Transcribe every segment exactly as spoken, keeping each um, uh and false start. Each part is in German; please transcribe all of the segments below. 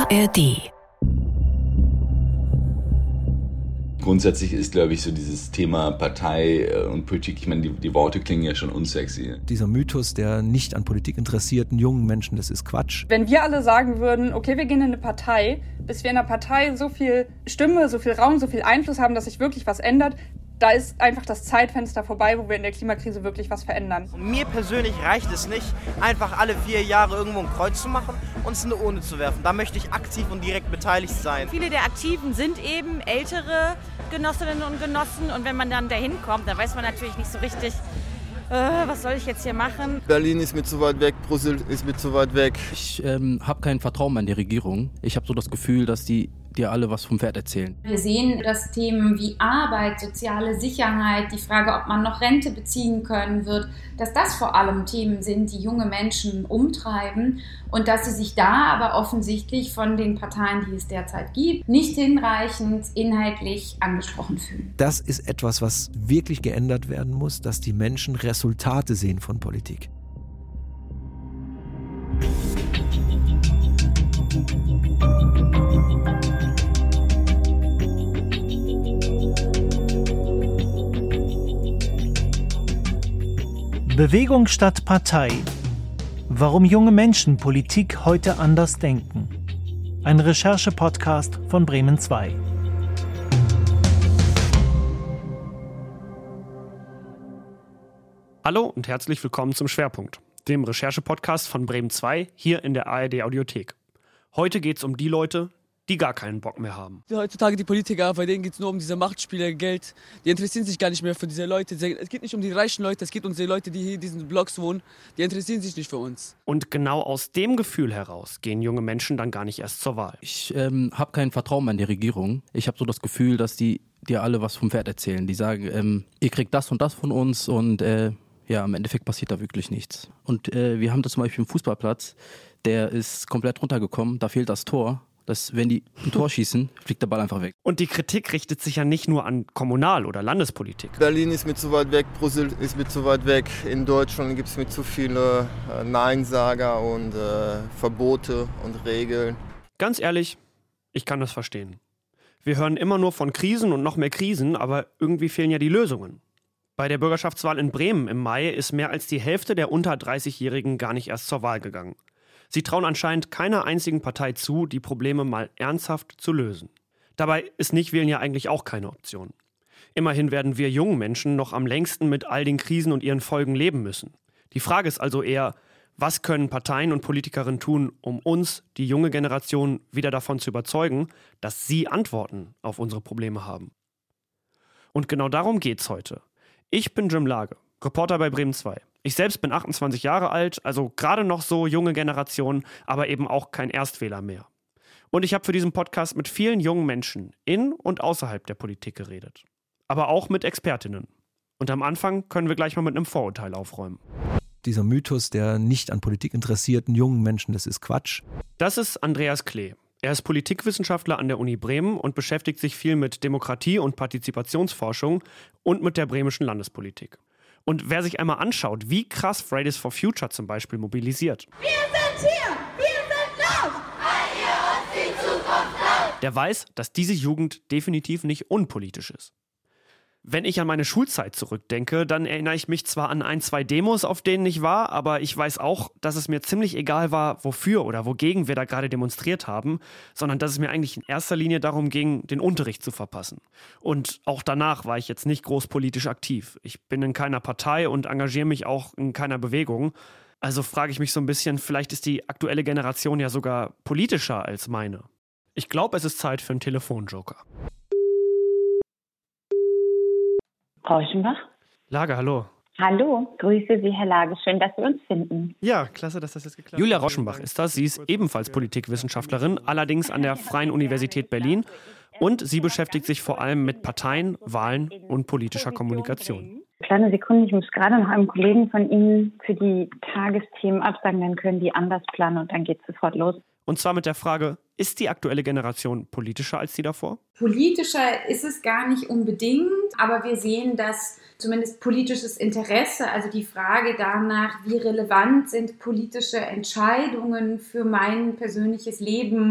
A R D. Grundsätzlich ist, glaube ich, so dieses Thema Partei und Politik, ich meine, die, die Worte klingen ja schon unsexy. Dieser Mythos der nicht an Politik interessierten jungen Menschen, das ist Quatsch. Wenn wir alle sagen würden, okay, wir gehen in eine Partei, bis wir in einer Partei so viel Stimme, so viel Raum, so viel Einfluss haben, dass sich wirklich was ändert, da ist einfach das Zeitfenster vorbei, wo wir in der Klimakrise wirklich was verändern. Mir persönlich reicht es nicht, einfach alle vier Jahre irgendwo ein Kreuz zu machen und es in eine Urne zu werfen. Da möchte ich aktiv und direkt beteiligt sein. Viele der Aktiven sind eben ältere Genossinnen und Genossen und wenn man dann dahin kommt, dann weiß man natürlich nicht so richtig, äh, was soll ich jetzt hier machen. Berlin ist mir zu weit weg, Brüssel ist mir zu weit weg. Ich ähm, habe kein Vertrauen mehr in die Regierung. Ich habe so das Gefühl, dass die dir alle was vom Pferd erzählen. Wir sehen, dass Themen wie Arbeit, soziale Sicherheit, die Frage, ob man noch Rente beziehen können wird, dass das vor allem Themen sind, die junge Menschen umtreiben und dass sie sich da aber offensichtlich von den Parteien, die es derzeit gibt, nicht hinreichend inhaltlich angesprochen fühlen. Das ist etwas, was wirklich geändert werden muss, dass die Menschen Resultate sehen von Politik. Bewegung statt Partei. Warum junge Menschen Politik heute anders denken. Ein Recherche-Podcast von Bremen zwei. Hallo und herzlich willkommen zum Schwerpunkt, dem Recherche-Podcast von Bremen zwei hier in der A R D-Audiothek. Heute geht es um die Leute, die gar keinen Bock mehr haben. Heutzutage die Politiker, bei denen geht es nur um diese Machtspiele, Geld. Die interessieren sich gar nicht mehr für diese Leute. Es geht nicht um die reichen Leute, es geht um die Leute, die hier in diesen Blocks wohnen. Die interessieren sich nicht für uns. Und genau aus dem Gefühl heraus gehen junge Menschen dann gar nicht erst zur Wahl. Ich ähm, habe kein Vertrauen mehr in die Regierung. Ich habe so das Gefühl, dass die dir alle was vom Pferd erzählen. Die sagen, ähm, ihr kriegt das und das von uns und äh, ja, im Endeffekt passiert da wirklich nichts. Und äh, wir haben da zum Beispiel einen Fußballplatz, der ist komplett runtergekommen, da fehlt das Tor. Dass, wenn die ein Tor schießen, fliegt der Ball einfach weg. Und die Kritik richtet sich ja nicht nur an Kommunal- oder Landespolitik. Berlin ist mir zu weit weg, Brüssel ist mir zu weit weg. In Deutschland gibt es mir zu viele äh, Neinsager und äh, Verbote und Regeln. Ganz ehrlich, ich kann das verstehen. Wir hören immer nur von Krisen und noch mehr Krisen, aber irgendwie fehlen ja die Lösungen. Bei der Bürgerschaftswahl in Bremen im Mai ist mehr als die Hälfte der unter dreißigjährigen gar nicht erst zur Wahl gegangen. Sie trauen anscheinend keiner einzigen Partei zu, die Probleme mal ernsthaft zu lösen. Dabei ist Nichtwählen ja eigentlich auch keine Option. Immerhin werden wir jungen Menschen noch am längsten mit all den Krisen und ihren Folgen leben müssen. Die Frage ist also eher, was können Parteien und Politikerinnen tun, um uns, die junge Generation, wieder davon zu überzeugen, dass sie Antworten auf unsere Probleme haben. Und genau darum geht's heute. Ich bin Jim Lage, Reporter bei Bremen zwei. Ich selbst bin achtundzwanzig Jahre alt, also gerade noch so junge Generation, aber eben auch kein Erstwähler mehr. Und ich habe für diesen Podcast mit vielen jungen Menschen in und außerhalb der Politik geredet. Aber auch mit Expertinnen. Und am Anfang können wir gleich mal mit einem Vorurteil aufräumen. Dieser Mythos der nicht an Politik interessierten jungen Menschen, das ist Quatsch. Das ist Andreas Klee. Er ist Politikwissenschaftler an der Uni Bremen und beschäftigt sich viel mit Demokratie- und Partizipationsforschung und mit der bremischen Landespolitik. Und wer sich einmal anschaut, wie krass Fridays for Future zum Beispiel mobilisiert. Wir sind hier, wir sind laut, weil ihr uns die Zukunft klaut. Der weiß, dass diese Jugend definitiv nicht unpolitisch ist. Wenn ich an meine Schulzeit zurückdenke, dann erinnere ich mich zwar an ein, zwei Demos, auf denen ich war, aber ich weiß auch, dass es mir ziemlich egal war, wofür oder wogegen wir da gerade demonstriert haben, sondern dass es mir eigentlich in erster Linie darum ging, den Unterricht zu verpassen. Und auch danach war ich jetzt nicht groß politisch aktiv. Ich bin in keiner Partei und engagiere mich auch in keiner Bewegung. Also frage ich mich so ein bisschen, vielleicht ist die aktuelle Generation ja sogar politischer als meine. Ich glaube, es ist Zeit für einen Telefonjoker. Rauschenbach? Lage, hallo. Hallo, grüße Sie, Herr Lage. Schön, dass wir uns finden. Ja, klasse, dass das jetzt geklappt hat. Julia Rauschenbach ist das. Sie ist ebenfalls Politikwissenschaftlerin, allerdings an der Freien Universität Berlin. Und sie beschäftigt sich vor allem mit Parteien, Wahlen und politischer Kommunikation. Kleine Sekunde, ich muss gerade noch einem Kollegen von Ihnen für die Tagesthemen absagen, dann können die anders planen und dann geht es sofort los. Und zwar mit der Frage, ist die aktuelle Generation politischer als die davor? Politischer ist es gar nicht unbedingt, aber wir sehen, dass zumindest politisches Interesse, also die Frage danach, wie relevant sind politische Entscheidungen für mein persönliches Leben,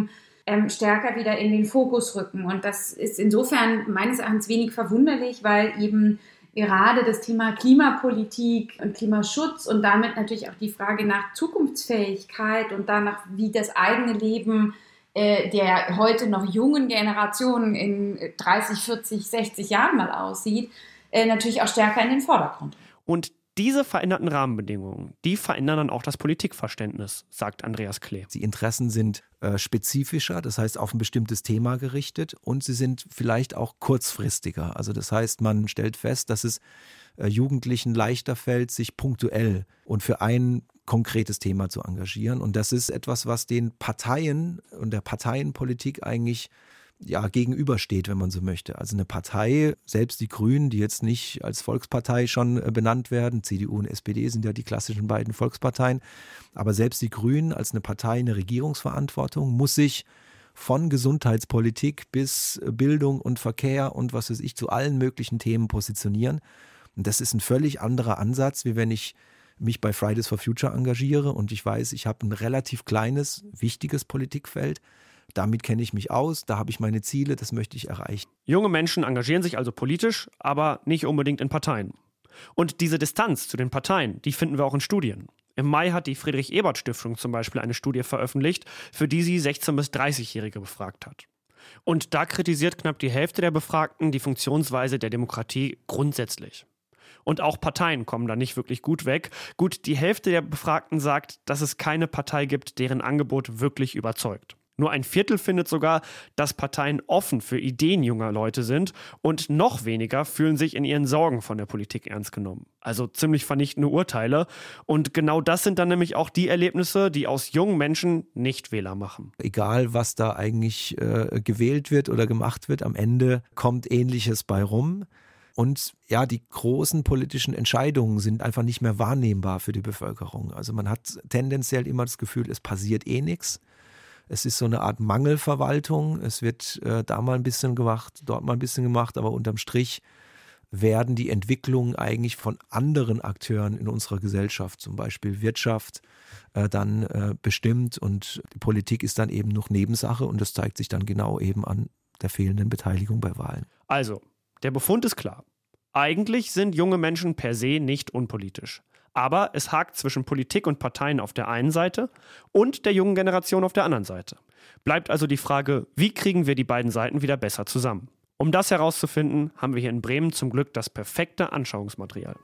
ähm, stärker wieder in den Fokus rücken. Und das ist insofern meines Erachtens wenig verwunderlich, weil eben gerade das Thema Klimapolitik und Klimaschutz und damit natürlich auch die Frage nach Zukunftsfähigkeit und danach, wie das eigene Leben äh, der heute noch jungen Generationen in dreißig, vierzig, sechzig Jahren mal aussieht, äh, natürlich auch stärker in den Vordergrund. Und diese veränderten Rahmenbedingungen, die verändern dann auch das Politikverständnis, sagt Andreas Klee. Die Interessen sind äh, spezifischer, das heißt auf ein bestimmtes Thema gerichtet, und sie sind vielleicht auch kurzfristiger. Also das heißt, man stellt fest, dass es äh, Jugendlichen leichter fällt, sich punktuell und für ein konkretes Thema zu engagieren. Und das ist etwas, was den Parteien und der Parteienpolitik eigentlich ja, gegenübersteht, wenn man so möchte. Also eine Partei, selbst die Grünen, die jetzt nicht als Volkspartei schon benannt werden, C D U und S P D sind ja die klassischen beiden Volksparteien, aber selbst die Grünen als eine Partei, eine Regierungsverantwortung, muss sich von Gesundheitspolitik bis Bildung und Verkehr und was weiß ich zu allen möglichen Themen positionieren. Und das ist ein völlig anderer Ansatz, wie wenn ich mich bei Fridays for Future engagiere und ich weiß, ich habe ein relativ kleines, wichtiges Politikfeld. Damit kenne ich mich aus, da habe ich meine Ziele, das möchte ich erreichen. Junge Menschen engagieren sich also politisch, aber nicht unbedingt in Parteien. Und diese Distanz zu den Parteien, die finden wir auch in Studien. Im Mai hat die Friedrich-Ebert-Stiftung zum Beispiel eine Studie veröffentlicht, für die sie sechzehn- bis dreißigjährige befragt hat. Und da kritisiert knapp die Hälfte der Befragten die Funktionsweise der Demokratie grundsätzlich. Und auch Parteien kommen da nicht wirklich gut weg. Gut, die Hälfte der Befragten sagt, dass es keine Partei gibt, deren Angebot wirklich überzeugt. Nur ein Viertel findet sogar, dass Parteien offen für Ideen junger Leute sind und noch weniger fühlen sich in ihren Sorgen von der Politik ernst genommen. Also ziemlich vernichtende Urteile. Und genau das sind dann nämlich auch die Erlebnisse, die aus jungen Menschen Nichtwähler machen. Egal, was da eigentlich äh, gewählt wird oder gemacht wird, am Ende kommt Ähnliches bei rum. Und ja, die großen politischen Entscheidungen sind einfach nicht mehr wahrnehmbar für die Bevölkerung. Also man hat tendenziell immer das Gefühl, es passiert eh nichts. Es ist so eine Art Mangelverwaltung. Es wird äh, da mal ein bisschen gemacht, dort mal ein bisschen gemacht, aber unterm Strich werden die Entwicklungen eigentlich von anderen Akteuren in unserer Gesellschaft, zum Beispiel Wirtschaft, äh, dann äh, bestimmt, und die Politik ist dann eben noch Nebensache, und das zeigt sich dann genau eben an der fehlenden Beteiligung bei Wahlen. Also, der Befund ist klar. Eigentlich sind junge Menschen per se nicht unpolitisch. Aber es hakt zwischen Politik und Parteien auf der einen Seite und der jungen Generation auf der anderen Seite. Bleibt also die Frage, wie kriegen wir die beiden Seiten wieder besser zusammen? Um das herauszufinden, haben wir hier in Bremen zum Glück das perfekte Anschauungsmaterial.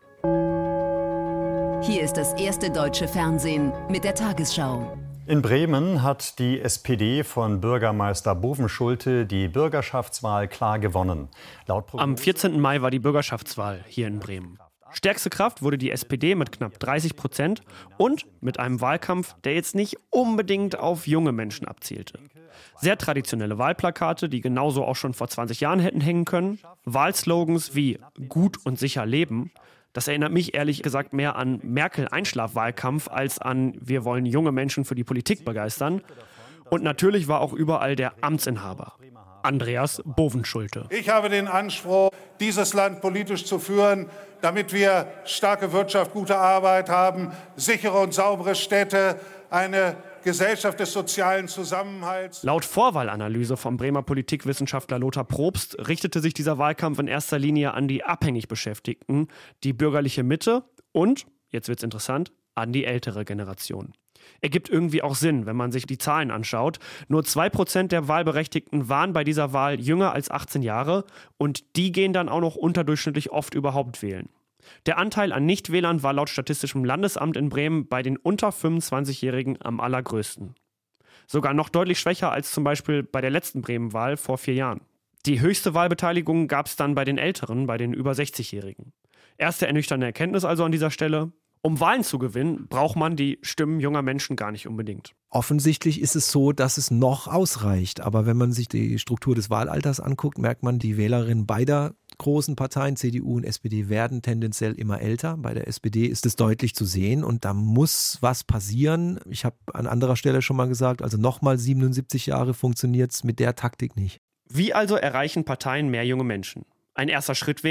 Hier ist das erste deutsche Fernsehen mit der Tagesschau. In Bremen hat die S P D von Bürgermeister Bovenschulte die Bürgerschaftswahl klar gewonnen. Laut Am vierzehnten Mai war die Bürgerschaftswahl hier in Bremen. Stärkste Kraft wurde die S P D mit knapp dreißig Prozent und mit einem Wahlkampf, der jetzt nicht unbedingt auf junge Menschen abzielte. Sehr traditionelle Wahlplakate, die genauso auch schon vor zwanzig Jahren hätten hängen können. Wahlslogans wie „Gut und sicher leben". Das erinnert mich ehrlich gesagt mehr an Merkel-Einschlaf-Wahlkampf als an „Wir wollen junge Menschen für die Politik begeistern". Und natürlich war auch überall der Amtsinhaber, Andreas Bovenschulte. Ich habe den Anspruch, dieses Land politisch zu führen, damit wir starke Wirtschaft, gute Arbeit haben, sichere und saubere Städte, eine Gesellschaft des sozialen Zusammenhalts. Laut Vorwahlanalyse vom Bremer Politikwissenschaftler Lothar Probst richtete sich dieser Wahlkampf in erster Linie an die abhängig Beschäftigten, die bürgerliche Mitte und, jetzt wird's interessant, an die ältere Generation. Ergibt irgendwie auch Sinn, wenn man sich die Zahlen anschaut. Nur zwei Prozent der Wahlberechtigten waren bei dieser Wahl jünger als achtzehn Jahre und die gehen dann auch noch unterdurchschnittlich oft überhaupt wählen. Der Anteil an Nichtwählern war laut Statistischem Landesamt in Bremen bei den unter fünfundzwanzigjährigen am allergrößten. Sogar noch deutlich schwächer als zum Beispiel bei der letzten Bremen-Wahl vor vier Jahren. Die höchste Wahlbeteiligung gab es dann bei den Älteren, bei den über sechzigjährigen. Erste ernüchternde Erkenntnis also an dieser Stelle: Um Wahlen zu gewinnen, braucht man die Stimmen junger Menschen gar nicht unbedingt. Offensichtlich ist es so, dass es noch ausreicht. Aber wenn man sich die Struktur des Wahlalters anguckt, merkt man, die Wählerinnen beider großen Parteien, C D U und S P D, werden tendenziell immer älter. Bei der S P D ist es deutlich zu sehen und da muss was passieren. Ich habe an anderer Stelle schon mal gesagt, also nochmal siebenundsiebzig Jahre funktioniert es mit der Taktik nicht. Wie also erreichen Parteien mehr junge Menschen? Ein erster Schritt wäre,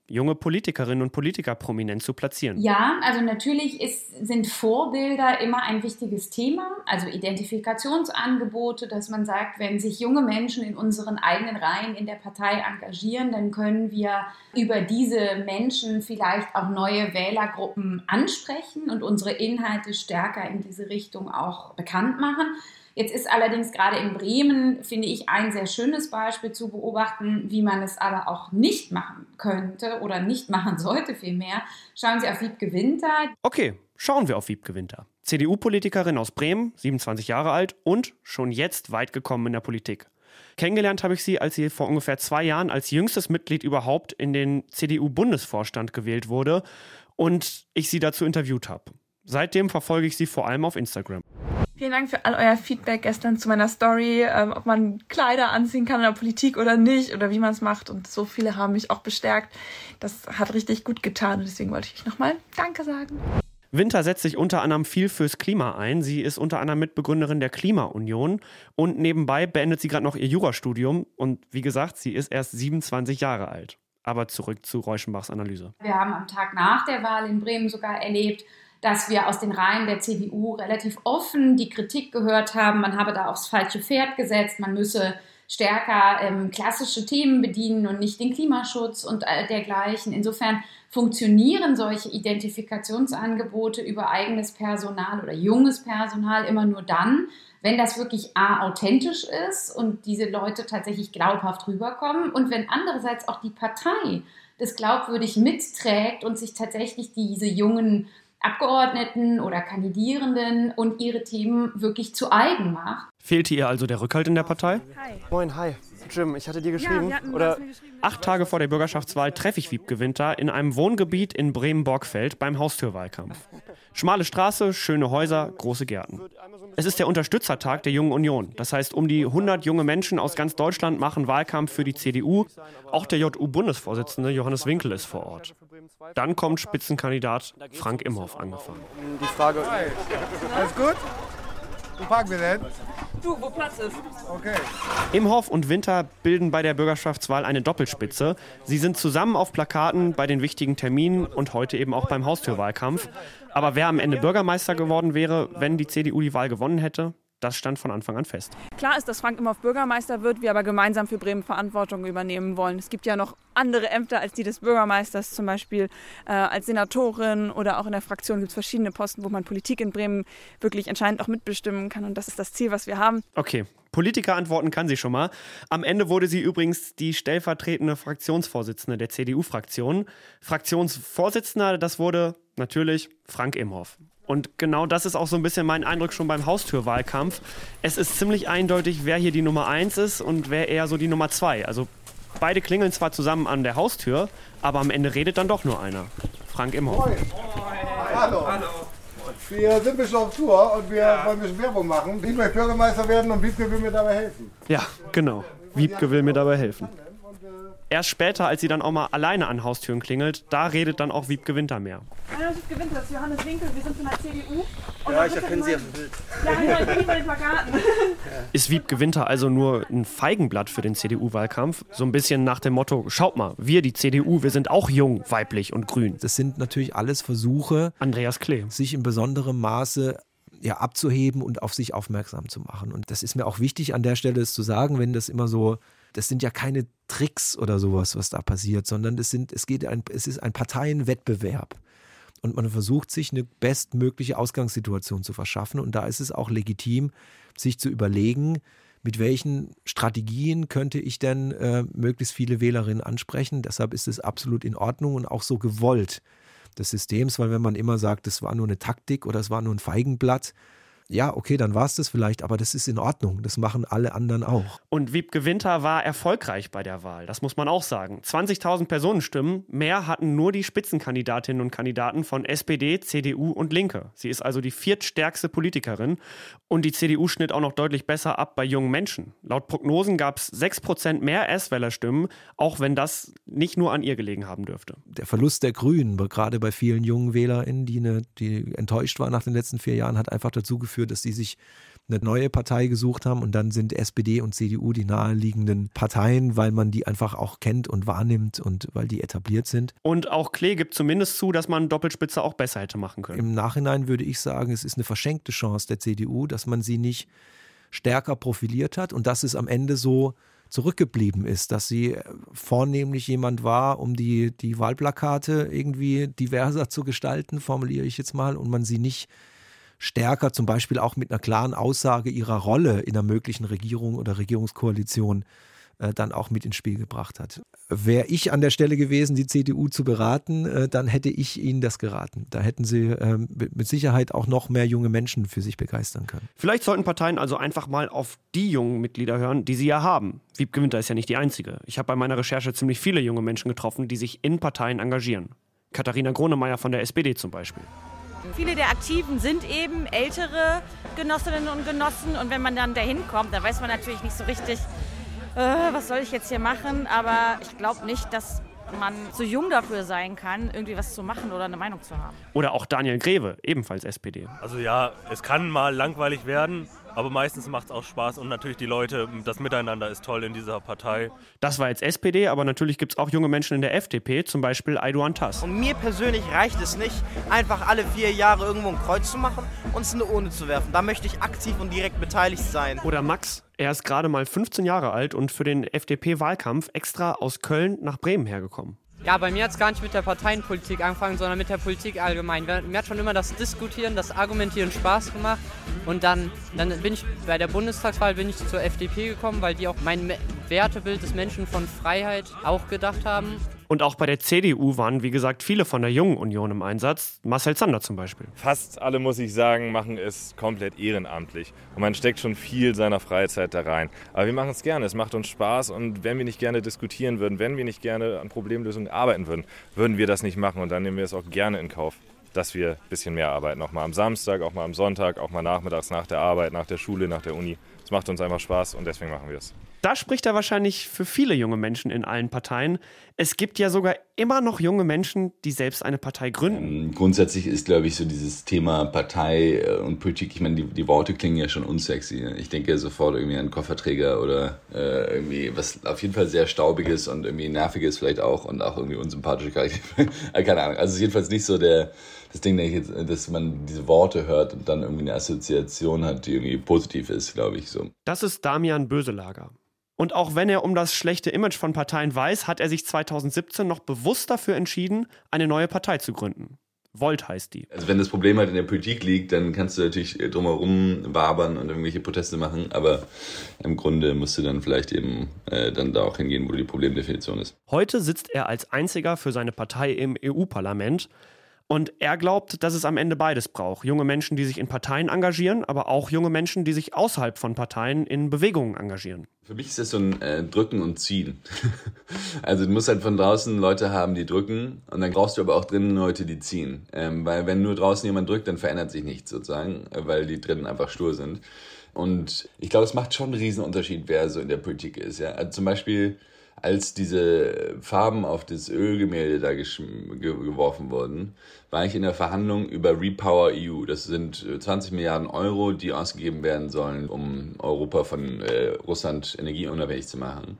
junge Politikerinnen und Politiker prominent zu platzieren. Ja, also natürlich ist, sind Vorbilder immer ein wichtiges Thema, also Identifikationsangebote, dass man sagt, wenn sich junge Menschen in unseren eigenen Reihen in der Partei engagieren, dann können wir über diese Menschen vielleicht auch neue Wählergruppen ansprechen und unsere Inhalte stärker in diese Richtung auch bekannt machen. Jetzt ist allerdings gerade in Bremen, finde ich, ein sehr schönes Beispiel zu beobachten, wie man es aber auch nicht machen könnte oder nicht machen sollte vielmehr. Schauen Sie auf Wiebke Winter. Okay, schauen wir auf Wiebke Winter. C D U-Politikerin aus Bremen, siebenundzwanzig Jahre alt und schon jetzt weit gekommen in der Politik. Kennengelernt habe ich sie, als sie vor ungefähr zwei Jahren als jüngstes Mitglied überhaupt in den C D U-Bundesvorstand gewählt wurde und ich sie dazu interviewt habe. Seitdem verfolge ich sie vor allem auf Instagram. Vielen Dank für all euer Feedback gestern zu meiner Story, ähm, ob man Kleider anziehen kann in der Politik oder nicht oder wie man es macht. Und so viele haben mich auch bestärkt. Das hat richtig gut getan und deswegen wollte ich nochmal Danke sagen. Winter setzt sich unter anderem viel fürs Klima ein. Sie ist unter anderem Mitbegründerin der Klimaunion und nebenbei beendet sie gerade noch ihr Jurastudium. Und wie gesagt, sie ist erst siebenundzwanzig Jahre alt. Aber zurück zu Reuschenbachs Analyse. Wir haben am Tag nach der Wahl in Bremen sogar erlebt, dass wir aus den Reihen der C D U relativ offen die Kritik gehört haben, man habe da aufs falsche Pferd gesetzt, man müsse stärker ähm, klassische Themen bedienen und nicht den Klimaschutz und äh, dergleichen. Insofern funktionieren solche Identifikationsangebote über eigenes Personal oder junges Personal immer nur dann, wenn das wirklich a, authentisch ist und diese Leute tatsächlich glaubhaft rüberkommen und wenn andererseits auch die Partei das glaubwürdig mitträgt und sich tatsächlich diese jungen Abgeordneten oder Kandidierenden und ihre Themen wirklich zu eigen macht. Fehlte ihr also der Rückhalt in der Partei? Hi. Moin, hi. Jim, ich hatte dir geschrieben. Ja, hatten, oder geschrieben. Acht Tage vor der Bürgerschaftswahl treffe ich Wiebke Winter in einem Wohngebiet in Bremen-Borgfeld beim Haustürwahlkampf. Schmale Straße, schöne Häuser, große Gärten. Es ist der Unterstützertag der Jungen Union. Das heißt, um die hundert junge Menschen aus ganz Deutschland machen Wahlkampf für die C D U. Auch der J U-Bundesvorsitzende Johannes Winkel ist vor Ort. Dann kommt Spitzenkandidat Frank Imhoff angefahren. Die Frage... Hi. Alles gut? Wo parken wir denn? Du, wo Platz ist. Okay. Imhoff und Winter bilden bei der Bürgerschaftswahl eine Doppelspitze. Sie sind zusammen auf Plakaten bei den wichtigen Terminen und heute eben auch beim Haustürwahlkampf. Aber wer am Ende Bürgermeister geworden wäre, wenn die C D U die Wahl gewonnen hätte, das stand von Anfang an fest. Klar ist, dass Frank Imhoff Bürgermeister wird, wir aber gemeinsam für Bremen Verantwortung übernehmen wollen. Es gibt ja noch andere Ämter als die des Bürgermeisters, zum Beispiel äh, als Senatorin oder auch in der Fraktion gibt es verschiedene Posten, wo man Politik in Bremen wirklich entscheidend auch mitbestimmen kann. Und das ist das Ziel, was wir haben. Okay, Politiker antworten kann sie schon mal. Am Ende wurde sie übrigens die stellvertretende Fraktionsvorsitzende der C D U-Fraktion. Fraktionsvorsitzender, das wurde natürlich Frank Imhoff. Und genau das ist auch so ein bisschen mein Eindruck schon beim Haustürwahlkampf. Es ist ziemlich eindeutig, wer hier die Nummer eins ist und wer eher so die Nummer zwei. Also beide klingeln zwar zusammen an der Haustür, aber am Ende redet dann doch nur einer. Frank Imhoff. Moin. Hallo. Hallo. Wir sind ein bisschen auf Tour und wir ja. wollen ein bisschen Werbung machen. Ich möchte Bürgermeister werden und Wiebke will mir dabei helfen. Ja, genau. Wiebke will mir dabei helfen. Erst später, als sie dann auch mal alleine an Haustüren klingelt, da redet dann auch Wiebke Winter mehr. Hallo, Wiebke Winter, das ist Johannes Winkel, wir sind von der C D U. Und ja, ich erkenne Sie auf dem Bild. Ja, ich bin bei den Plakaten. Ist Wiebke Winter also nur ein Feigenblatt für den C D U-Wahlkampf? So ein bisschen nach dem Motto, schaut mal, wir, die C D U, wir sind auch jung, weiblich und grün. Das sind natürlich alles Versuche, Andreas Klee, sich in besonderem Maße ja, abzuheben und auf sich aufmerksam zu machen. Und das ist mir auch wichtig an der Stelle, es zu sagen, wenn das immer so, das sind ja keine Tricks oder sowas, was da passiert, sondern das sind, es geht ein, es ist ein Parteienwettbewerb. Und man versucht, sich eine bestmögliche Ausgangssituation zu verschaffen. Und da ist es auch legitim, sich zu überlegen, mit welchen Strategien könnte ich denn äh, möglichst viele Wählerinnen ansprechen. Deshalb ist es absolut in Ordnung und auch so gewollt des Systems, weil wenn man immer sagt, das war nur eine Taktik oder es war nur ein Feigenblatt, ja, okay, dann war es das vielleicht, aber das ist in Ordnung. Das machen alle anderen auch. Und Wiebke Winter war erfolgreich bei der Wahl, das muss man auch sagen. zwanzigtausend Personenstimmen, mehr hatten nur die Spitzenkandidatinnen und Kandidaten von S P D, C D U und Linke. Sie ist also die viertstärkste Politikerin. Und die C D U schnitt auch noch deutlich besser ab bei jungen Menschen. Laut Prognosen gab es sechs Prozent mehr Erstwählerstimmen, auch wenn das nicht nur an ihr gelegen haben dürfte. Der Verlust der Grünen, gerade bei vielen jungen WählerInnen, die, eine, die enttäuscht waren nach den letzten vier Jahren, hat einfach dazu geführt, dass sie sich eine neue Partei gesucht haben und dann sind S P D und C D U die naheliegenden Parteien, weil man die einfach auch kennt und wahrnimmt und weil die etabliert sind. Und auch Klee gibt zumindest zu, dass man Doppelspitze auch besser hätte machen können. Im Nachhinein würde ich sagen, es ist eine verschenkte Chance der C D U, dass man sie nicht stärker profiliert hat und dass es am Ende so zurückgeblieben ist, dass sie vornehmlich jemand war, um die, die Wahlplakate irgendwie diverser zu gestalten, formuliere ich jetzt mal, und man sie nicht stärker zum Beispiel auch mit einer klaren Aussage ihrer Rolle in einer möglichen Regierung oder Regierungskoalition äh, dann auch mit ins Spiel gebracht hat. Wäre ich an der Stelle gewesen, die C D U zu beraten, äh, dann hätte ich ihnen das geraten. Da hätten sie äh, mit Sicherheit auch noch mehr junge Menschen für sich begeistern können. Vielleicht sollten Parteien also einfach mal auf die jungen Mitglieder hören, die sie ja haben. Wiebke Winter ist ja nicht die einzige. Ich habe bei meiner Recherche ziemlich viele junge Menschen getroffen, die sich in Parteien engagieren. Katharina Gronemeyer von der S P D zum Beispiel. Viele der Aktiven sind eben ältere Genossinnen und Genossen und wenn man dann dahin kommt, dann weiß man natürlich nicht so richtig, äh, was soll ich jetzt hier machen, aber ich glaube nicht, dass man so jung dafür sein kann, irgendwie was zu machen oder eine Meinung zu haben. Oder auch Daniel Greve, ebenfalls S P D. Also ja, es kann mal langweilig werden, aber meistens macht es auch Spaß und natürlich die Leute, das Miteinander ist toll in dieser Partei. Das war jetzt S P D, aber natürlich gibt es auch junge Menschen in der F D P, zum Beispiel Aydoğan Taş. Und mir persönlich reicht es nicht, einfach alle vier Jahre irgendwo ein Kreuz zu machen und es in eine Urne zu werfen. Da möchte ich aktiv und direkt beteiligt sein. Oder Max, er ist gerade mal fünfzehn Jahre alt und für den F D P-Wahlkampf extra aus Köln nach Bremen hergekommen. Ja, bei mir hat es gar nicht mit der Parteienpolitik angefangen, sondern mit der Politik allgemein. Mir hat schon immer das Diskutieren, das Argumentieren Spaß gemacht. Und dann, dann bin ich bei der Bundestagswahl bin ich zur F D P gekommen, weil die auch mein Wertebild des Menschen von Freiheit auch gedacht haben. Und auch bei der C D U waren, wie gesagt, viele von der Jungen Union im Einsatz. Marcel Zander zum Beispiel. Fast alle, muss ich sagen, machen es komplett ehrenamtlich. Und man steckt schon viel seiner Freizeit da rein. Aber wir machen es gerne, es macht uns Spaß. Und wenn wir nicht gerne diskutieren würden, wenn wir nicht gerne an Problemlösungen arbeiten würden, würden wir das nicht machen. Und dann nehmen wir es auch gerne in Kauf, dass wir ein bisschen mehr arbeiten. Auch mal am Samstag, auch mal am Sonntag, auch mal nachmittags nach der Arbeit, nach der Schule, nach der Uni. Es macht uns einfach Spaß und deswegen machen wir es. Da spricht er wahrscheinlich für viele junge Menschen in allen Parteien. Es gibt ja sogar immer noch junge Menschen, die selbst eine Partei gründen. Grundsätzlich ist, glaube ich, so dieses Thema Partei und Politik, ich meine, die, die Worte klingen ja schon unsexy. Ich denke sofort irgendwie an Kofferträger oder äh, irgendwie was auf jeden Fall sehr Staubiges und irgendwie Nerviges vielleicht auch und auch irgendwie unsympathische Charaktere. Keine Ahnung. Also es ist jedenfalls nicht so der, das Ding, jetzt, dass man diese Worte hört und dann irgendwie eine Assoziation hat, die irgendwie positiv ist, glaube ich. So. Das ist Damian Böselager. Und auch wenn er um das schlechte Image von Parteien weiß, hat er sich zweitausendsiebzehn noch bewusst dafür entschieden, eine neue Partei zu gründen. Volt heißt die. Also wenn das Problem halt in der Politik liegt, dann kannst du natürlich drumherum wabern und irgendwelche Proteste machen, aber im Grunde musst du dann vielleicht eben äh, dann da auch hingehen, wo die Problemdefinition ist. Heute sitzt er als einziger für seine Partei im E U-Parlament. Und er glaubt, dass es am Ende beides braucht. Junge Menschen, die sich in Parteien engagieren, aber auch junge Menschen, die sich außerhalb von Parteien in Bewegungen engagieren. Für mich ist das so ein äh, Drücken und Ziehen. Also du musst halt von draußen Leute haben, die drücken und dann brauchst du aber auch drinnen Leute, die ziehen. Ähm, weil wenn nur draußen jemand drückt, dann verändert sich nichts sozusagen, weil die drinnen einfach stur sind. Und ich glaube, es macht schon einen riesen Unterschied, wer so in der Politik ist. Ja? Also zum Beispiel, als diese Farben auf das Ölgemälde da ge- geworfen wurden, war ich in der Verhandlung über Repower E U. Das sind zwanzig Milliarden Euro, die ausgegeben werden sollen, um Europa von äh, Russland energieunabhängig zu machen.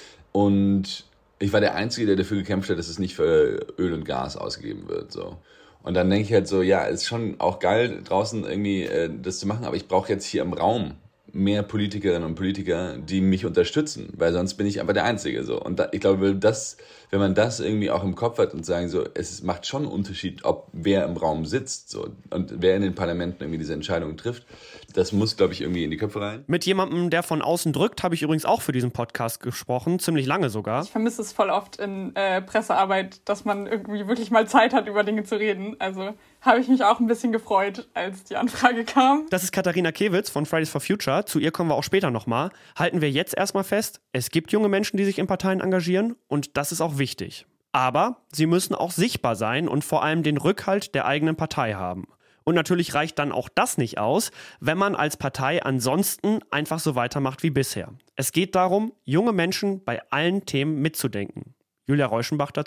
Und ich war der Einzige, der dafür gekämpft hat, dass es nicht für Öl und Gas ausgegeben wird. So. Und dann denke ich halt so, ja, ist schon auch geil, draußen irgendwie äh, das zu machen, aber ich brauche jetzt hier im Raum mehr Politikerinnen und Politiker, die mich unterstützen, weil sonst bin ich einfach der Einzige. So. Und da, ich glaube, das, wenn man das irgendwie auch im Kopf hat und sagen so, es macht schon einen Unterschied, ob wer im Raum sitzt so, und wer in den Parlamenten irgendwie diese Entscheidungen trifft, das muss, glaube ich, irgendwie in die Köpfe rein. Mit jemandem, der von außen drückt, habe ich übrigens auch für diesen Podcast gesprochen, ziemlich lange sogar. Ich vermisse es voll oft in äh, Pressearbeit, dass man irgendwie wirklich mal Zeit hat, über Dinge zu reden. Also habe ich mich auch ein bisschen gefreut, als die Anfrage kam. Das ist Katharina Kewitz von Fridays for Future. Zu ihr kommen wir auch später nochmal. Halten wir jetzt erstmal fest, es gibt junge Menschen, die sich in Parteien engagieren und das ist auch wichtig. Aber sie müssen auch sichtbar sein und vor allem den Rückhalt der eigenen Partei haben. Und natürlich reicht dann auch das nicht aus, wenn man als Partei ansonsten einfach so weitermacht wie bisher. Es geht darum, junge Menschen bei allen Themen mitzudenken. Julia Reuschenbach dazu.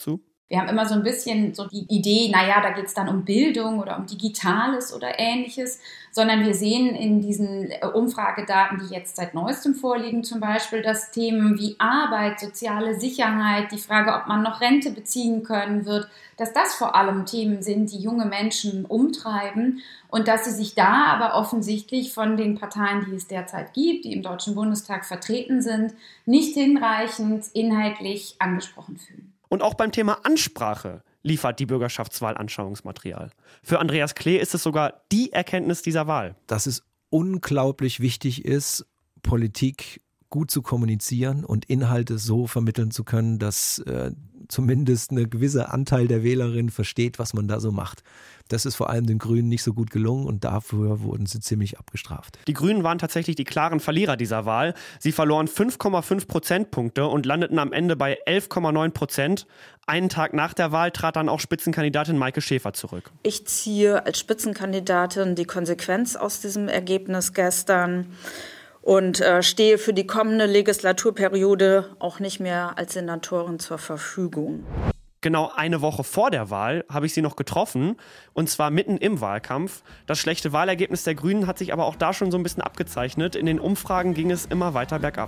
Wir haben immer so ein bisschen so die Idee, naja, da geht es dann um Bildung oder um Digitales oder Ähnliches, sondern wir sehen in diesen Umfragedaten, die jetzt seit neuestem vorliegen, zum Beispiel, dass Themen wie Arbeit, soziale Sicherheit, die Frage, ob man noch Rente beziehen können wird, dass das vor allem Themen sind, die junge Menschen umtreiben und dass sie sich da aber offensichtlich von den Parteien, die es derzeit gibt, die im Deutschen Bundestag vertreten sind, nicht hinreichend inhaltlich angesprochen fühlen. Und auch beim Thema Ansprache liefert die Bürgerschaftswahl Anschauungsmaterial. Für Andreas Klee ist es sogar die Erkenntnis dieser Wahl. Dass es unglaublich wichtig ist, Politik gut zu kommunizieren und Inhalte so vermitteln zu können, dass äh, zumindest ein gewisser Anteil der Wählerinnen versteht, was man da so macht. Das ist vor allem den Grünen nicht so gut gelungen und dafür wurden sie ziemlich abgestraft. Die Grünen waren tatsächlich die klaren Verlierer dieser Wahl. Sie verloren fünf Komma fünf Prozentpunkte und landeten am Ende bei elf Komma neun Prozent. Einen Tag nach der Wahl trat dann auch Spitzenkandidatin Maike Schäfer zurück. Ich ziehe als Spitzenkandidatin die Konsequenz aus diesem Ergebnis gestern und äh, stehe für die kommende Legislaturperiode auch nicht mehr als Senatorin zur Verfügung. Genau eine Woche vor der Wahl habe ich sie noch getroffen, und zwar mitten im Wahlkampf. Das schlechte Wahlergebnis der Grünen hat sich aber auch da schon so ein bisschen abgezeichnet. In den Umfragen ging es immer weiter bergab.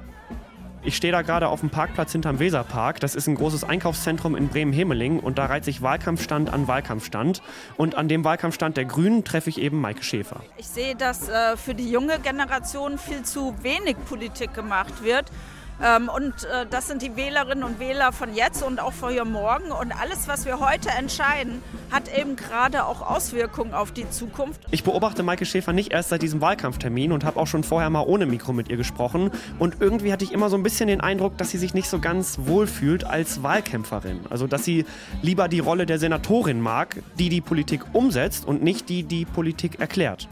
Ich stehe da gerade auf dem Parkplatz hinterm Weserpark. Das ist ein großes Einkaufszentrum in Bremen-Hemeling und da reiht sich Wahlkampfstand an Wahlkampfstand. Und an dem Wahlkampfstand der Grünen treffe ich eben Maike Schäfer. Ich sehe, dass äh, für die junge Generation viel zu wenig Politik gemacht wird. Ähm, und äh, das sind die Wählerinnen und Wähler von jetzt und auch von hier morgen. Und alles, was wir heute entscheiden, hat eben gerade auch Auswirkungen auf die Zukunft. Ich beobachte Maike Schäfer nicht erst seit diesem Wahlkampftermin und habe auch schon vorher mal ohne Mikro mit ihr gesprochen. Und irgendwie hatte ich immer so ein bisschen den Eindruck, dass sie sich nicht so ganz wohl fühlt als Wahlkämpferin. Also, dass sie lieber die Rolle der Senatorin mag, die die Politik umsetzt und nicht die, die Politik erklärt.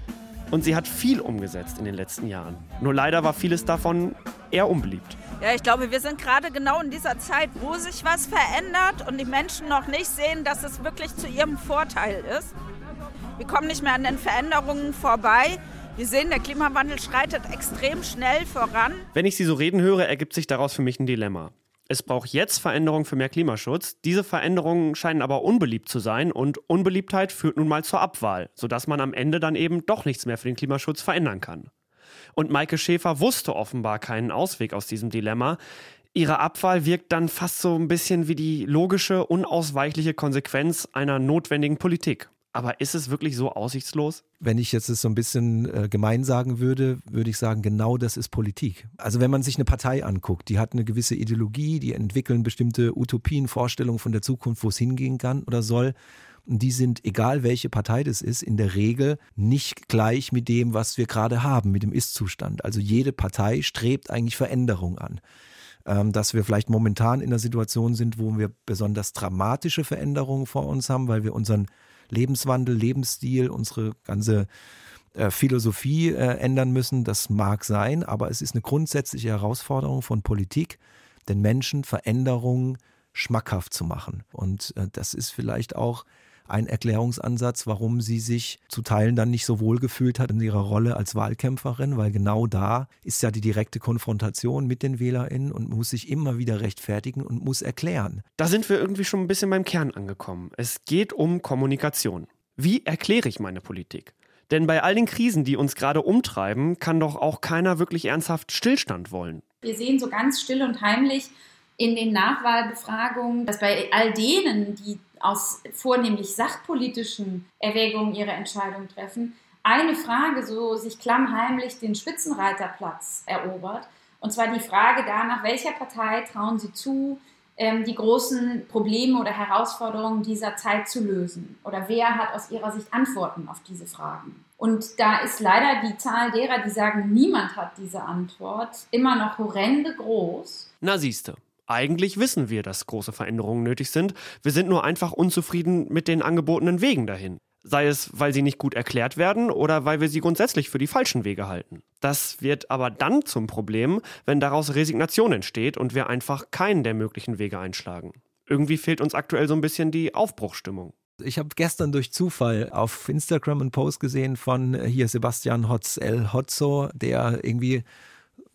Und sie hat viel umgesetzt in den letzten Jahren. Nur leider war vieles davon eher unbeliebt. Ja, ich glaube, wir sind gerade genau in dieser Zeit, wo sich was verändert und die Menschen noch nicht sehen, dass es wirklich zu ihrem Vorteil ist. Wir kommen nicht mehr an den Veränderungen vorbei. Wir sehen, der Klimawandel schreitet extrem schnell voran. Wenn ich sie so reden höre, ergibt sich daraus für mich ein Dilemma. Es braucht jetzt Veränderungen für mehr Klimaschutz. Diese Veränderungen scheinen aber unbeliebt zu sein und Unbeliebtheit führt nun mal zur Abwahl, sodass man am Ende dann eben doch nichts mehr für den Klimaschutz verändern kann. Und Maike Schäfer wusste offenbar keinen Ausweg aus diesem Dilemma. Ihre Abwahl wirkt dann fast so ein bisschen wie die logische, unausweichliche Konsequenz einer notwendigen Politik. Aber ist es wirklich so aussichtslos? Wenn ich jetzt es so ein bisschen äh, gemein sagen würde, würde ich sagen, genau das ist Politik. Also wenn man sich eine Partei anguckt, die hat eine gewisse Ideologie, die entwickeln bestimmte Utopien, Vorstellungen von der Zukunft, wo es hingehen kann oder soll. Und die sind, egal welche Partei das ist, in der Regel nicht gleich mit dem, was wir gerade haben, mit dem Ist-Zustand. Also jede Partei strebt eigentlich Veränderung an. Ähm, dass wir vielleicht momentan in einer Situation sind, wo wir besonders dramatische Veränderungen vor uns haben, weil wir unseren Lebenswandel, Lebensstil, unsere ganze äh, Philosophie äh, ändern müssen. Das mag sein, aber es ist eine grundsätzliche Herausforderung von Politik, den Menschen Veränderungen schmackhaft zu machen. Und äh, das ist vielleicht auch ein Erklärungsansatz, warum sie sich zu Teilen dann nicht so wohl gefühlt hat in ihrer Rolle als Wahlkämpferin, weil genau da ist ja die direkte Konfrontation mit den WählerInnen und muss sich immer wieder rechtfertigen und muss erklären. Da sind wir irgendwie schon ein bisschen beim Kern angekommen. Es geht um Kommunikation. Wie erkläre ich meine Politik? Denn bei all den Krisen, die uns gerade umtreiben, kann doch auch keiner wirklich ernsthaft Stillstand wollen. Wir sehen so ganz still und heimlich in den Nachwahlbefragungen, dass bei all denen, die aus vornehmlich sachpolitischen Erwägungen ihre Entscheidung treffen, eine Frage so sich klammheimlich den Spitzenreiterplatz erobert. Und zwar die Frage danach, welcher Partei trauen Sie zu, die großen Probleme oder Herausforderungen dieser Zeit zu lösen? Oder wer hat aus Ihrer Sicht Antworten auf diese Fragen? Und da ist leider die Zahl derer, die sagen, niemand hat diese Antwort, immer noch horrende groß. Na siehste. Eigentlich wissen wir, dass große Veränderungen nötig sind. Wir sind nur einfach unzufrieden mit den angebotenen Wegen dahin. Sei es, weil sie nicht gut erklärt werden oder weil wir sie grundsätzlich für die falschen Wege halten. Das wird aber dann zum Problem, wenn daraus Resignation entsteht und wir einfach keinen der möglichen Wege einschlagen. Irgendwie fehlt uns aktuell so ein bisschen die Aufbruchsstimmung. Ich habe gestern durch Zufall auf Instagram einen Post gesehen von hier Sebastian Hotz, El Hotzo, der irgendwie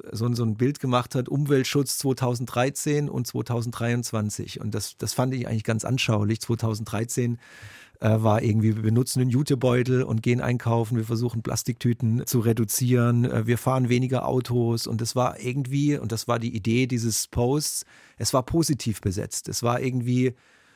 so, so ein Bild gemacht hat, Umweltschutz zweitausenddreizehn und zweitausenddreiundzwanzig. Und das, das fand ich eigentlich ganz anschaulich. zweitausenddreizehn äh, war irgendwie, wir benutzen einen Jutebeutel und gehen einkaufen, wir versuchen Plastiktüten zu reduzieren, äh, wir fahren weniger Autos und das war irgendwie, und das war die Idee dieses Posts, es war positiv besetzt. Es war irgendwie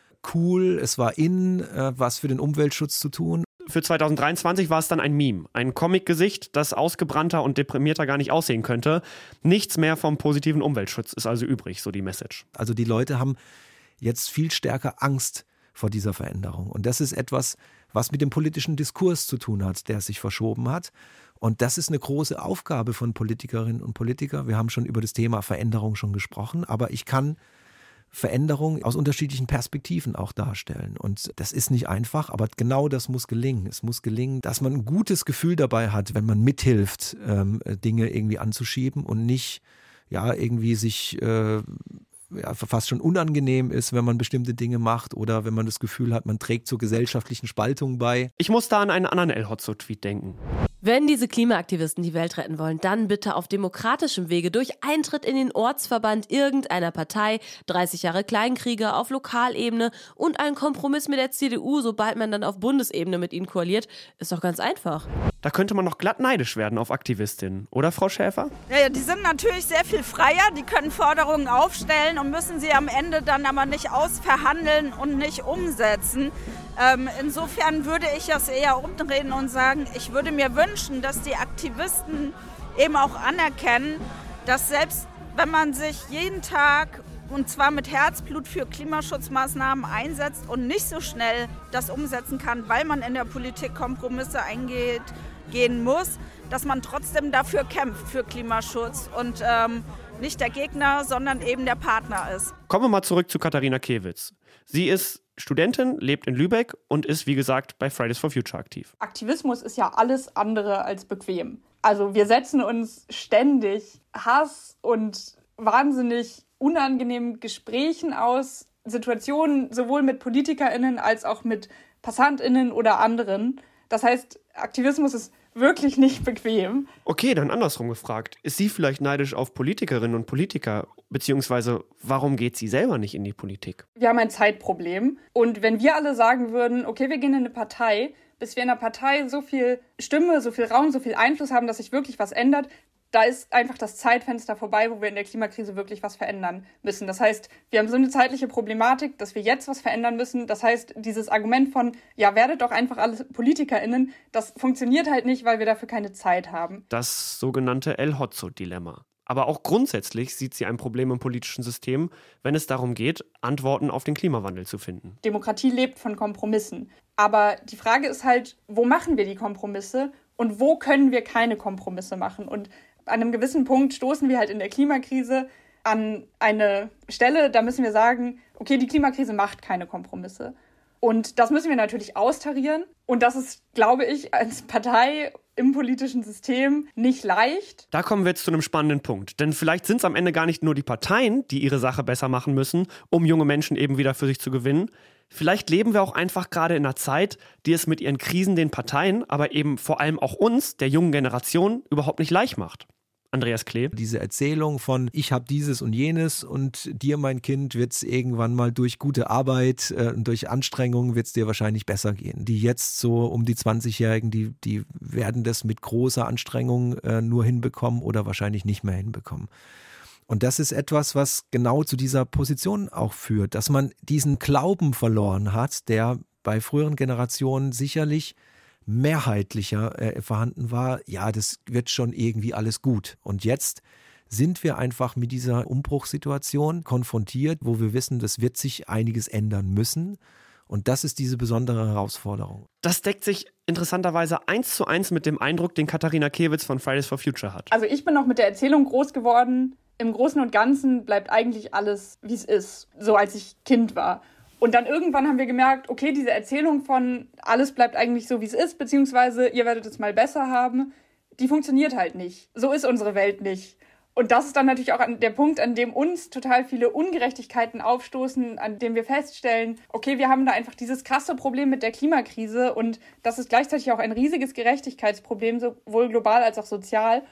cool, es war in, äh, was für den Umweltschutz zu tun. Für zweitausenddreiundzwanzig war es dann ein Meme, ein Comic-Gesicht, das ausgebrannter und deprimierter gar nicht aussehen könnte. Nichts mehr vom positiven Umweltschutz ist also übrig, so die Message. Also die Leute haben jetzt viel stärker Angst vor dieser Veränderung. Und das ist etwas, was mit dem politischen Diskurs zu tun hat, der sich verschoben hat. Und das ist eine große Aufgabe von Politikerinnen und Politikern. Wir haben schon über das Thema Veränderung schon gesprochen, aber ich kann Veränderung aus unterschiedlichen Perspektiven auch darstellen. Und das ist nicht einfach, aber genau das muss gelingen. Es muss gelingen, dass man ein gutes Gefühl dabei hat, wenn man mithilft, ähm, Dinge irgendwie anzuschieben und nicht ja irgendwie sich äh, ja, fast schon unangenehm ist, wenn man bestimmte Dinge macht oder wenn man das Gefühl hat, man trägt zur gesellschaftlichen Spaltung bei. Ich muss da an einen anderen El Hotzo-Tweet denken. Wenn diese Klimaaktivisten die Welt retten wollen, dann bitte auf demokratischem Wege durch Eintritt in den Ortsverband irgendeiner Partei, dreißig Jahre Kleinkriege auf Lokalebene und einen Kompromiss mit der C D U, sobald man dann auf Bundesebene mit ihnen koaliert, ist doch ganz einfach. Da könnte man noch glatt neidisch werden auf Aktivistinnen, oder Frau Schäfer? Ja, ja, die sind natürlich sehr viel freier, die können Forderungen aufstellen und müssen sie am Ende dann aber nicht ausverhandeln und nicht umsetzen. Ähm, insofern würde ich das eher umdrehen und sagen, ich würde mir wünschen, dass die Aktivisten eben auch anerkennen, dass selbst wenn man sich jeden Tag und zwar mit Herzblut für Klimaschutzmaßnahmen einsetzt und nicht so schnell das umsetzen kann, weil man in der Politik Kompromisse eingeht, gehen muss, dass man trotzdem dafür kämpft, für Klimaschutz und ähm, nicht der Gegner, sondern eben der Partner ist. Kommen wir mal zurück zu Katharina Kewitz. Sie ist Studentin, lebt in Lübeck und ist, wie gesagt, bei Fridays for Future aktiv. Aktivismus ist ja alles andere als bequem. Also wir setzen uns ständig Hass und wahnsinnig unangenehmen Gesprächen aus, Situationen sowohl mit PolitikerInnen als auch mit PassantInnen oder anderen. Das heißt, Aktivismus ist wirklich nicht bequem. Okay, dann andersrum gefragt. Ist sie vielleicht neidisch auf Politikerinnen und Politiker? Beziehungsweise, warum geht sie selber nicht in die Politik? Wir haben ein Zeitproblem. Und wenn wir alle sagen würden, okay, wir gehen in eine Partei, bis wir in einer Partei so viel Stimme, so viel Raum, so viel Einfluss haben, dass sich wirklich was ändert, da ist einfach das Zeitfenster vorbei, wo wir in der Klimakrise wirklich was verändern müssen. Das heißt, wir haben so eine zeitliche Problematik, dass wir jetzt was verändern müssen. Das heißt, dieses Argument von, ja, werdet doch einfach alle PolitikerInnen, das funktioniert halt nicht, weil wir dafür keine Zeit haben. Das sogenannte El Hotzo-Dilemma. Aber auch grundsätzlich sieht sie ein Problem im politischen System, wenn es darum geht, Antworten auf den Klimawandel zu finden. Demokratie lebt von Kompromissen. Aber die Frage ist halt, wo machen wir die Kompromisse und wo können wir keine Kompromisse machen? Und an einem gewissen Punkt stoßen wir halt in der Klimakrise an eine Stelle, da müssen wir sagen, okay, die Klimakrise macht keine Kompromisse. Und das müssen wir natürlich austarieren. Und das ist, glaube ich, als Partei im politischen System nicht leicht. Da kommen wir jetzt zu einem spannenden Punkt. Denn vielleicht sind es am Ende gar nicht nur die Parteien, die ihre Sache besser machen müssen, um junge Menschen eben wieder für sich zu gewinnen. Vielleicht leben wir auch einfach gerade in einer Zeit, die es mit ihren Krisen den Parteien, aber eben vor allem auch uns, der jungen Generation, überhaupt nicht leicht macht. Andreas Klee. Diese Erzählung von ich habe dieses und jenes und dir, mein Kind, wird es irgendwann mal durch gute Arbeit äh, und durch Anstrengungen wird es dir wahrscheinlich besser gehen. Die jetzt so um die zwanzigjährigen, die, die werden das mit großer Anstrengung äh, nur hinbekommen oder wahrscheinlich nicht mehr hinbekommen. Und das ist etwas, was genau zu dieser Position auch führt, dass man diesen Glauben verloren hat, der bei früheren Generationen sicherlich mehrheitlicher äh, vorhanden war, ja, das wird schon irgendwie alles gut. Und jetzt sind wir einfach mit dieser Umbruchssituation konfrontiert, wo wir wissen, das wird sich einiges ändern müssen. Und das ist diese besondere Herausforderung. Das deckt sich interessanterweise eins zu eins mit dem Eindruck, den Katharina Kewitz von Fridays for Future hat. Also ich bin noch mit der Erzählung groß geworden, im Großen und Ganzen bleibt eigentlich alles, wie es ist, so als ich Kind war. Und dann irgendwann haben wir gemerkt, okay, diese Erzählung von alles bleibt eigentlich so, wie es ist, beziehungsweise ihr werdet es mal besser haben, die funktioniert halt nicht. So ist unsere Welt nicht. Und das ist dann natürlich auch der Punkt, an dem uns total viele Ungerechtigkeiten aufstoßen, an dem wir feststellen, okay, wir haben da einfach dieses krasse Problem mit der Klimakrise und das ist gleichzeitig auch ein riesiges Gerechtigkeitsproblem, sowohl global als auch sozial.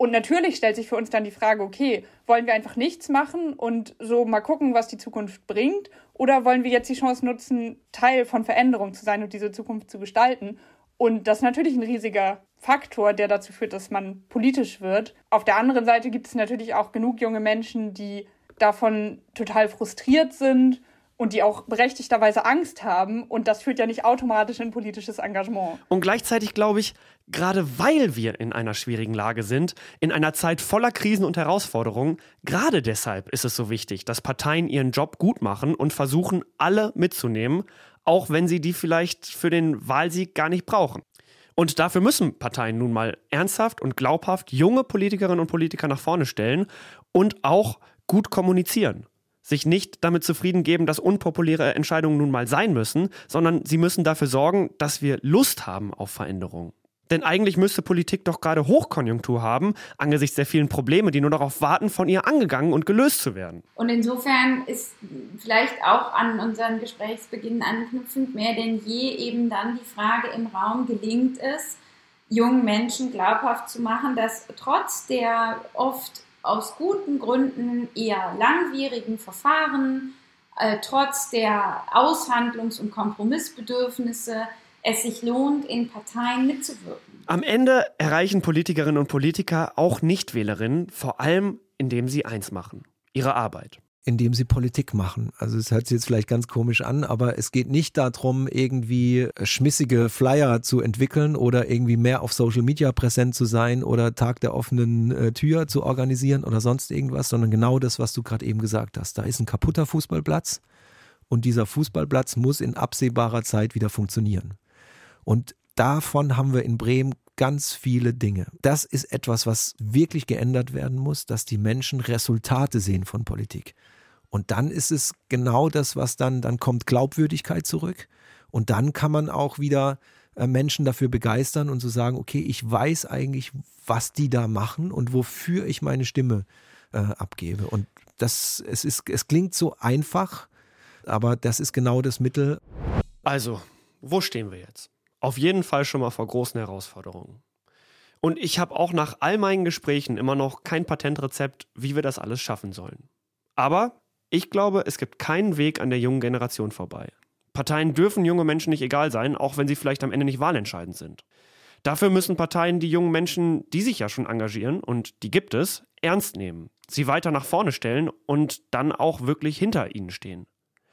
Und natürlich stellt sich für uns dann die Frage, okay, wollen wir einfach nichts machen und so mal gucken, was die Zukunft bringt? Oder wollen wir jetzt die Chance nutzen, Teil von Veränderung zu sein und diese Zukunft zu gestalten? Und das ist natürlich ein riesiger Faktor, der dazu führt, dass man politisch wird. Auf der anderen Seite gibt es natürlich auch genug junge Menschen, die davon total frustriert sind und die auch berechtigterweise Angst haben. Und das führt ja nicht automatisch in politisches Engagement. Und gleichzeitig glaube ich, gerade weil wir in einer schwierigen Lage sind, in einer Zeit voller Krisen und Herausforderungen, gerade deshalb ist es so wichtig, dass Parteien ihren Job gut machen und versuchen, alle mitzunehmen, auch wenn sie die vielleicht für den Wahlsieg gar nicht brauchen. Und dafür müssen Parteien nun mal ernsthaft und glaubhaft junge Politikerinnen und Politiker nach vorne stellen und auch gut kommunizieren. Sich nicht damit zufrieden geben, dass unpopuläre Entscheidungen nun mal sein müssen, sondern sie müssen dafür sorgen, dass wir Lust haben auf Veränderung. Denn eigentlich müsste Politik doch gerade Hochkonjunktur haben, angesichts der vielen Probleme, die nur darauf warten, von ihr angegangen und gelöst zu werden. Und insofern ist vielleicht auch an unseren Gesprächsbeginn anknüpfend mehr denn je eben dann die Frage im Raum, gelingt es, jungen Menschen glaubhaft zu machen, dass trotz der oft aus guten Gründen eher langwierigen Verfahren, äh, trotz der Aushandlungs- und Kompromissbedürfnisse, es sich lohnt, in Parteien mitzuwirken. Am Ende erreichen Politikerinnen und Politiker auch Nichtwählerinnen, vor allem indem sie eins machen: ihre Arbeit. Indem sie Politik machen. Also es hört sich jetzt vielleicht ganz komisch an, aber es geht nicht darum, irgendwie schmissige Flyer zu entwickeln oder irgendwie mehr auf Social Media präsent zu sein oder Tag der offenen äh, Tür zu organisieren oder sonst irgendwas, sondern genau das, was du gerade eben gesagt hast. Da ist ein kaputter Fußballplatz und dieser Fußballplatz muss in absehbarer Zeit wieder funktionieren. Und davon haben wir in Bremen ganz viele Dinge. Das ist etwas, was wirklich geändert werden muss, dass die Menschen Resultate sehen von Politik. Und dann ist es genau das, was dann, dann kommt Glaubwürdigkeit zurück. Und dann kann man auch wieder äh, Menschen dafür begeistern und so sagen, okay, ich weiß eigentlich, was die da machen und wofür ich meine Stimme äh, abgebe. Und das, es ist, es klingt so einfach, aber das ist genau das Mittel. Also, wo stehen wir jetzt? Auf jeden Fall schon mal vor großen Herausforderungen. Und ich habe auch nach all meinen Gesprächen immer noch kein Patentrezept, wie wir das alles schaffen sollen. Aber ich glaube, es gibt keinen Weg an der jungen Generation vorbei. Parteien dürfen junge Menschen nicht egal sein, auch wenn sie vielleicht am Ende nicht wahlentscheidend sind. Dafür müssen Parteien die jungen Menschen, die sich ja schon engagieren, und die gibt es, ernst nehmen, sie weiter nach vorne stellen und dann auch wirklich hinter ihnen stehen.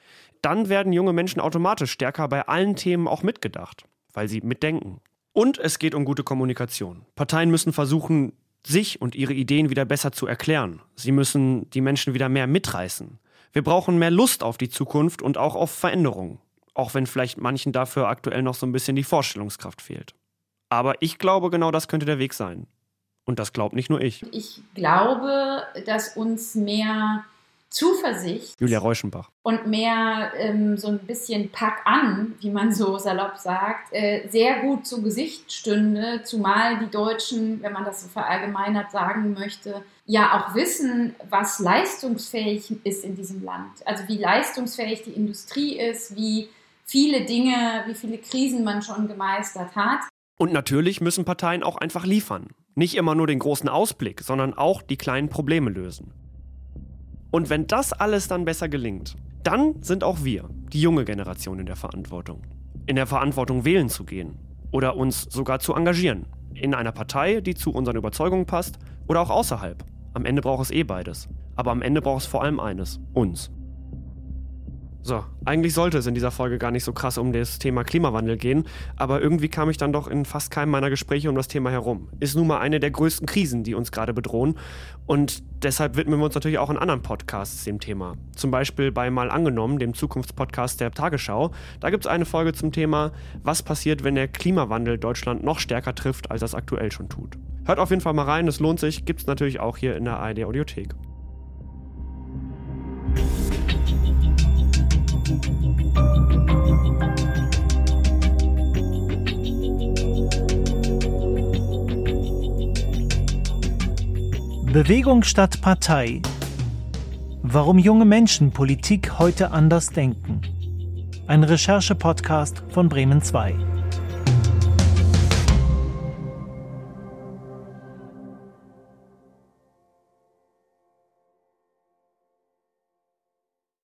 Dann werden junge Menschen automatisch stärker bei allen Themen auch mitgedacht, weil sie mitdenken. Und es geht um gute Kommunikation. Parteien müssen versuchen, sich und ihre Ideen wieder besser zu erklären. Sie müssen die Menschen wieder mehr mitreißen. Wir brauchen mehr Lust auf die Zukunft und auch auf Veränderung. Auch wenn vielleicht manchen dafür aktuell noch so ein bisschen die Vorstellungskraft fehlt. Aber ich glaube, genau das könnte der Weg sein. Und das glaubt nicht nur ich. Ich glaube, dass uns mehr Zuversicht Julia Reuschenbach. und mehr ähm, so ein bisschen Pack an, wie man so salopp sagt, äh, sehr gut zu Gesicht stünde, zumal die Deutschen, wenn man das so verallgemeinert sagen möchte, ja auch wissen, was leistungsfähig ist in diesem Land. Also wie leistungsfähig die Industrie ist, wie viele Dinge, wie viele Krisen man schon gemeistert hat. Und natürlich müssen Parteien auch einfach liefern. Nicht immer nur den großen Ausblick, sondern auch die kleinen Probleme lösen. Und wenn das alles dann besser gelingt, dann sind auch wir, die junge Generation, in der Verantwortung. In der Verantwortung, wählen zu gehen oder uns sogar zu engagieren. In einer Partei, die zu unseren Überzeugungen passt oder auch außerhalb. Am Ende braucht es eh beides. Aber am Ende braucht es vor allem eines: uns. So, eigentlich sollte es in dieser Folge gar nicht so krass um das Thema Klimawandel gehen, aber irgendwie kam ich dann doch in fast keinem meiner Gespräche um das Thema herum. Ist nun mal eine der größten Krisen, die uns gerade bedrohen, und deshalb widmen wir uns natürlich auch in anderen Podcasts dem Thema. Zum Beispiel bei Mal angenommen, dem Zukunftspodcast der Tagesschau. Da gibt es eine Folge zum Thema, was passiert, wenn der Klimawandel Deutschland noch stärker trifft, als das aktuell schon tut. Hört auf jeden Fall mal rein, es lohnt sich, gibt es natürlich auch hier in der A R D-Audiothek. Bewegung statt Partei. Warum junge Menschen Politik heute anders denken. Ein Recherche-Podcast von Bremen zwei.